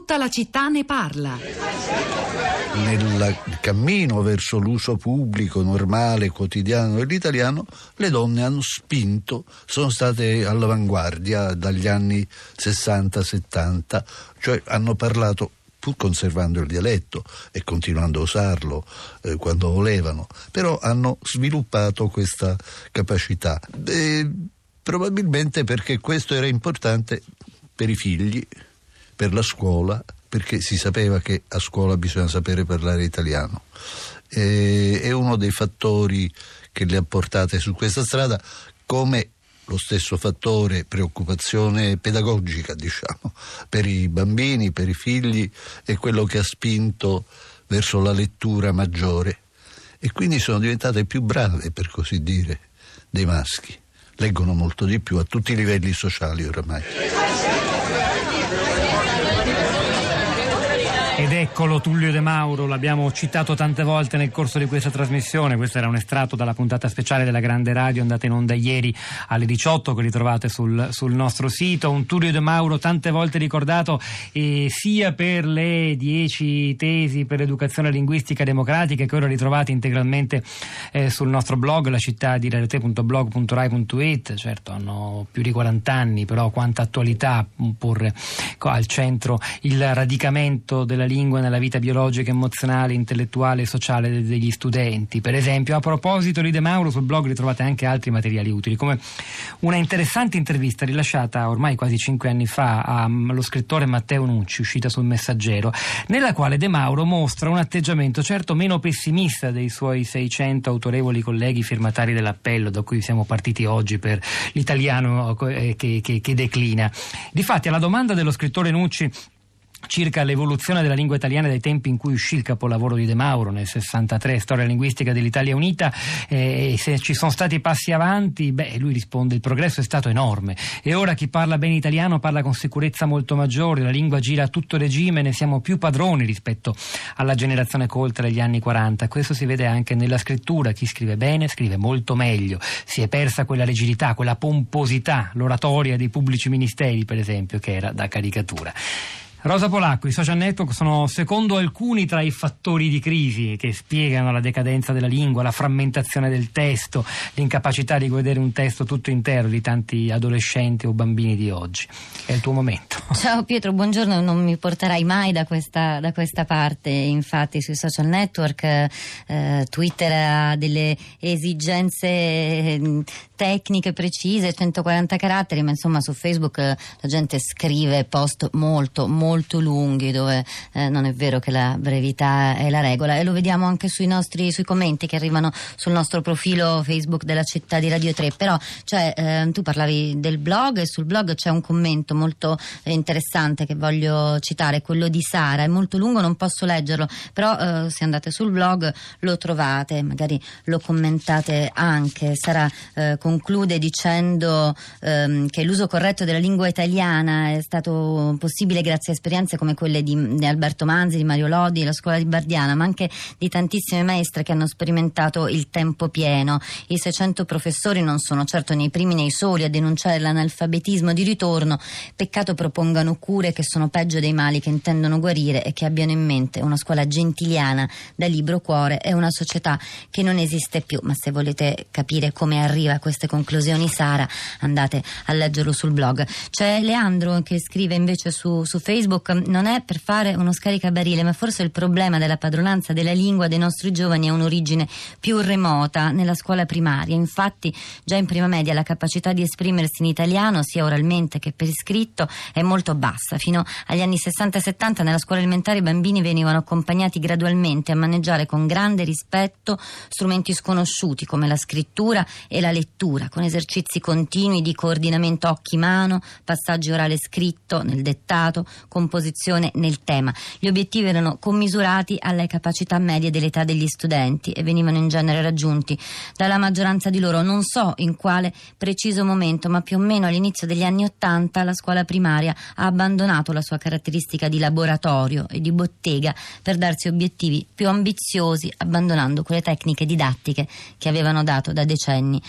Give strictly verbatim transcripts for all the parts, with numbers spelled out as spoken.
Tutta la città ne parla. Nel cammino verso l'uso pubblico, normale, quotidiano dell'italiano, le donne hanno spinto, sono state all'avanguardia dagli anni sessanta settanta, cioè hanno parlato, pur conservando il dialetto e continuando a usarlo eh, quando volevano, però hanno sviluppato questa capacità. E probabilmente perché questo era importante per i figli, per la scuola, perché si sapeva che a scuola bisogna sapere parlare italiano. E, è uno dei fattori che le ha portate su questa strada, come lo stesso fattore preoccupazione pedagogica, diciamo, per i bambini, per i figli, è quello che ha spinto verso la lettura maggiore, e quindi sono diventate più brave, per così dire, dei maschi. Leggono molto di più a tutti i livelli sociali oramai. Ed eccolo Tullio De Mauro, l'abbiamo citato tante volte nel corso di questa trasmissione. Questo era un estratto dalla puntata speciale della Grande Radio andata in onda ieri alle diciotto, che ritrovate sul, sul nostro sito. Un Tullio De Mauro tante volte ricordato eh, sia per le dieci tesi per l'educazione linguistica democratica, che ora ritrovate integralmente eh, sul nostro blog, la città di radio tre punto blog punto rai punto it. Certo, hanno più di quaranta anni, però quanta attualità porre al centro il radicamento della lingua nella vita biologica, emozionale, intellettuale e sociale degli studenti. Per esempio, a proposito di De Mauro, sul blog ritrovate anche altri materiali utili, come una interessante intervista rilasciata ormai quasi cinque anni fa allo scrittore Matteo Nucci, uscita sul Messaggero, nella quale De Mauro mostra un atteggiamento certo meno pessimista dei suoi seicento autorevoli colleghi firmatari dell'appello da cui siamo partiti oggi per l'italiano che, che, che declina. Difatti, alla domanda dello scrittore Nucci circa l'evoluzione della lingua italiana dai tempi in cui uscì il capolavoro di De Mauro nel sessantatré, Storia linguistica dell'Italia unita, e eh, se ci sono stati passi avanti, beh, lui risponde: il progresso è stato enorme e ora chi parla bene italiano parla con sicurezza molto maggiore, la lingua gira a tutto regime, ne siamo più padroni rispetto alla generazione colta degli anni quaranta. Questo si vede anche nella scrittura: chi scrive bene scrive molto meglio, si è persa quella rigidità, quella pomposità, l'oratoria dei pubblici ministeri, per esempio, che era da caricatura. Rosa Polacco, i social network sono secondo alcuni tra i fattori di crisi che spiegano la decadenza della lingua, la frammentazione del testo, l'incapacità di godere un testo tutto intero di tanti adolescenti o bambini di oggi. È il tuo momento. Ciao Pietro, buongiorno. Non mi porterai mai da questa, da questa parte. Infatti sui social network eh, Twitter ha delle esigenze eh, tecniche precise, centoquaranta caratteri, ma insomma su Facebook eh, la gente scrive post molto molto molto lunghi, dove eh, non è vero che la brevità è la regola, e lo vediamo anche sui nostri sui commenti che arrivano sul nostro profilo Facebook della città di Radio tre. Però cioè, eh, tu parlavi del blog, e sul blog c'è un commento molto eh, interessante che voglio citare, quello di Sara. È molto lungo, non posso leggerlo, però eh, se andate sul blog lo trovate, magari lo commentate anche. Sara eh, conclude dicendo ehm, che l'uso corretto della lingua italiana è stato possibile grazie a esperienze come quelle di, di Alberto Manzi, di Mario Lodi, la scuola di Bardiana, ma anche di tantissime maestre che hanno sperimentato il tempo pieno. I seicento professori non sono certo nei primi nei soli a denunciare l'analfabetismo di ritorno. Peccato propongano cure che sono peggio dei mali che intendono guarire, e che abbiano in mente una scuola gentiliana da libro cuore e una società che non esiste più. Ma se volete capire come arriva a queste conclusioni Sara, andate a leggerlo sul blog. C'è Leandro che scrive invece su, su Facebook: non è per fare uno scaricabarile, ma forse il problema della padronanza della lingua dei nostri giovani ha un'origine più remota nella scuola primaria. Infatti già in prima media la capacità di esprimersi in italiano sia oralmente che per iscritto è molto bassa. Fino agli anni sessanta e settanta nella scuola elementare i bambini venivano accompagnati gradualmente a maneggiare con grande rispetto strumenti sconosciuti come la scrittura e la lettura, con esercizi continui di coordinamento occhi-mano, passaggi orale-scritto nel dettato, composizione nel tema. Gli obiettivi erano commisurati alle capacità medie dell'età degli studenti e venivano in genere raggiunti dalla maggioranza di loro. Non so in quale preciso momento, ma più o meno all'inizio degli anni Ottanta la scuola primaria ha abbandonato la sua caratteristica di laboratorio e di bottega per darsi obiettivi più ambiziosi, abbandonando quelle tecniche didattiche che avevano dato da decenni buoni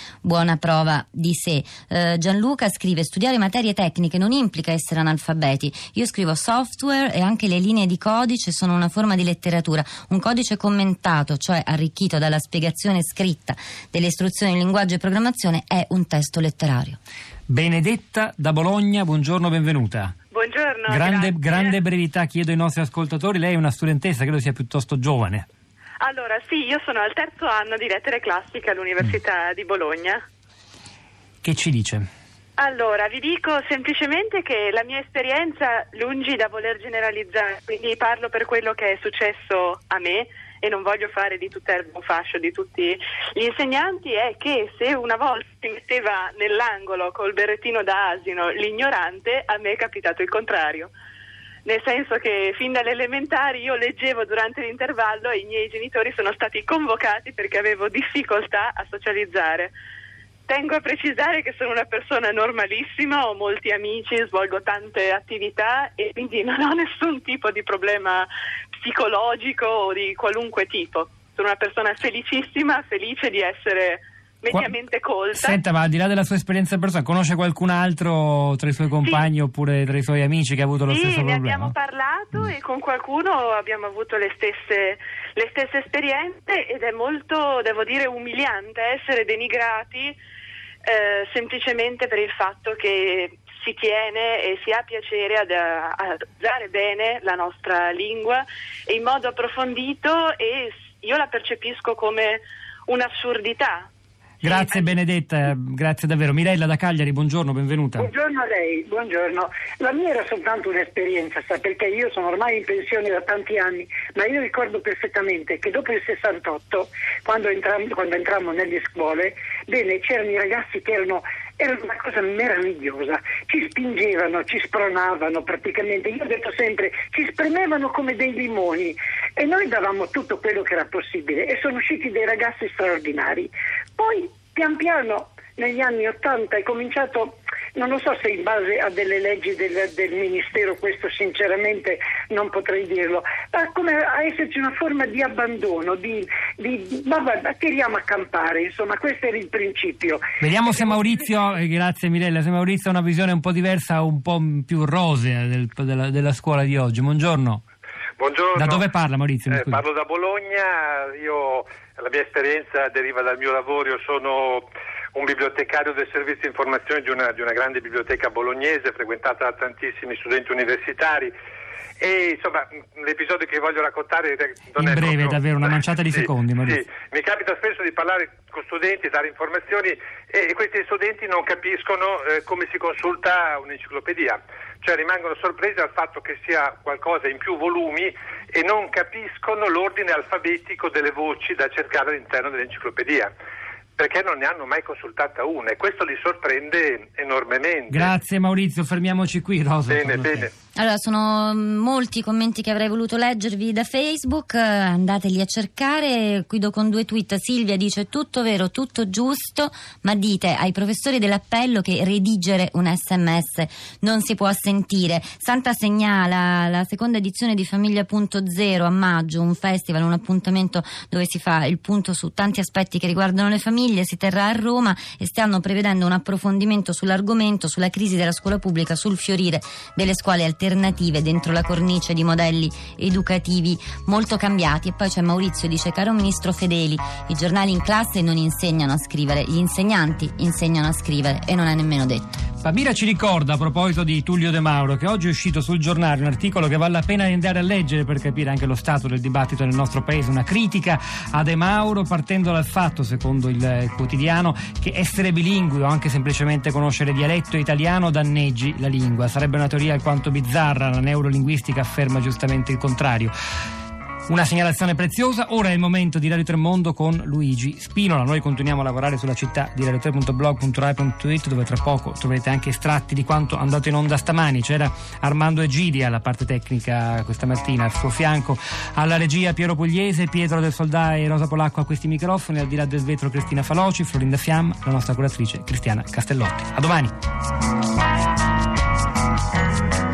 buona prova di sé. Eh, Gianluca scrive: studiare materie tecniche non implica essere analfabeti. Io scrivo software e anche le linee di codice sono una forma di letteratura. Un codice commentato, cioè arricchito dalla spiegazione scritta delle istruzioni in linguaggio e programmazione, è un testo letterario. Benedetta da Bologna, buongiorno, benvenuta. Buongiorno. Grande, grazie. grande brevità chiedo ai nostri ascoltatori, lei è una studentessa, credo sia piuttosto giovane. Allora sì, io sono al terzo anno di lettere classiche all'Università mm. di Bologna. Che ci dice? Allora, vi dico semplicemente che la mia esperienza, lungi da voler generalizzare, quindi parlo per quello che è successo a me e non voglio fare di tutt'erba un fascio di tutti gli insegnanti, è che se una volta si metteva nell'angolo col berrettino da asino l'ignorante, a me è capitato il contrario. Nel senso che fin dalle elementari io leggevo durante l'intervallo e i miei genitori sono stati convocati perché avevo difficoltà a socializzare. Tengo a precisare che sono una persona normalissima, ho molti amici, svolgo tante attività e quindi non ho nessun tipo di problema psicologico o di qualunque tipo. Sono una persona felicissima, felice di essere mediamente colta. Senta, ma al di là della sua esperienza personale, conosce qualcun altro tra i suoi compagni sì. oppure tra i suoi amici che ha avuto lo sì, stesso problema? Sì, ne abbiamo parlato mm. e con qualcuno abbiamo avuto le stesse, le stesse esperienze ed è molto, devo dire, umiliante essere denigrati Eh, semplicemente per il fatto che si tiene e si ha piacere ad, ad usare bene la nostra lingua e in modo approfondito, e io la percepisco come un'assurdità. Grazie Benedetta, grazie davvero. Mirella da Cagliari, buongiorno, benvenuta. Buongiorno a lei, buongiorno. La mia era soltanto un'esperienza, sa, perché io sono ormai in pensione da tanti anni, ma io ricordo perfettamente che dopo il sessantotto, quando entrammo, quando entrammo nelle scuole, bene, c'erano i ragazzi che erano Era una cosa meravigliosa, ci spingevano, ci spronavano praticamente, io ho detto sempre, ci spremevano come dei limoni e noi davamo tutto quello che era possibile e sono usciti dei ragazzi straordinari. Poi pian piano negli anni Ottanta è cominciato, non lo so se in base a delle leggi del, del Ministero, questo sinceramente non potrei dirlo, ma come a esserci una forma di abbandono, di, di vabbè, tiriamo a campare, insomma questo era il principio. Vediamo se Maurizio, eh, grazie Mirella, se Maurizio ha una visione un po' diversa, un po' più rosea del, della, della scuola di oggi. Buongiorno. Buongiorno. Da dove parla Maurizio? Eh, parlo da Bologna, io, la mia esperienza deriva dal mio lavoro, io sono un bibliotecario del servizio di informazione di una, di una grande biblioteca bolognese frequentata da tantissimi studenti universitari e insomma l'episodio che voglio raccontare non in è breve proprio... davvero una manciata di sì, secondi Maurizio. Sì. Mi capita spesso di parlare con studenti, dare informazioni e questi studenti non capiscono eh, come si consulta un'enciclopedia, cioè rimangono sorpresi dal fatto che sia qualcosa in più volumi e non capiscono l'ordine alfabetico delle voci da cercare all'interno dell'enciclopedia, perché non ne hanno mai consultata una e questo li sorprende enormemente. Grazie Maurizio, fermiamoci qui. Rosa. Bene, bene. Allora, sono molti i commenti che avrei voluto leggervi da Facebook, andateli a cercare. Chiudo con due tweet. Silvia dice: tutto vero, tutto giusto, ma dite ai professori dell'appello che redigere un sms non si può assentire. Santa segnala la seconda edizione di Famiglia punto zero a maggio, un festival, un appuntamento dove si fa il punto su tanti aspetti che riguardano le famiglie, si terrà a Roma e stanno prevedendo un approfondimento sull'argomento, sulla crisi della scuola pubblica, sul fiorire delle scuole alternative dentro la cornice di modelli educativi molto cambiati. E poi c'è Maurizio, dice: caro ministro Fedeli, i giornali in classe non insegnano a scrivere, gli insegnanti insegnano a scrivere e non è nemmeno detto. Pamira ci ricorda, a proposito di Tullio De Mauro, che oggi è uscito sul giornale un articolo che vale la pena andare a leggere per capire anche lo stato del dibattito nel nostro paese, una critica a De Mauro partendo dal fatto, secondo il quotidiano, che essere bilingui o anche semplicemente conoscere dialetto italiano danneggi la lingua. Sarebbe una teoria alquanto bizzarra, la neurolinguistica afferma giustamente il contrario. Una segnalazione preziosa. Ora è il momento di Radio tre Mondo con Luigi Spinola. Noi continuiamo a lavorare sulla città di radio tre punto blog punto rai punto it, dove tra poco troverete anche estratti di quanto andato in onda stamani. C'era Armando Egidi alla parte tecnica questa mattina, al suo fianco alla regia Piero Pugliese, Pietro del Soldà e Rosa Polacco a questi microfoni, al di là del vetro Cristina Faloci, Florinda Fiamma, la nostra curatrice Cristiana Castellotti. A domani.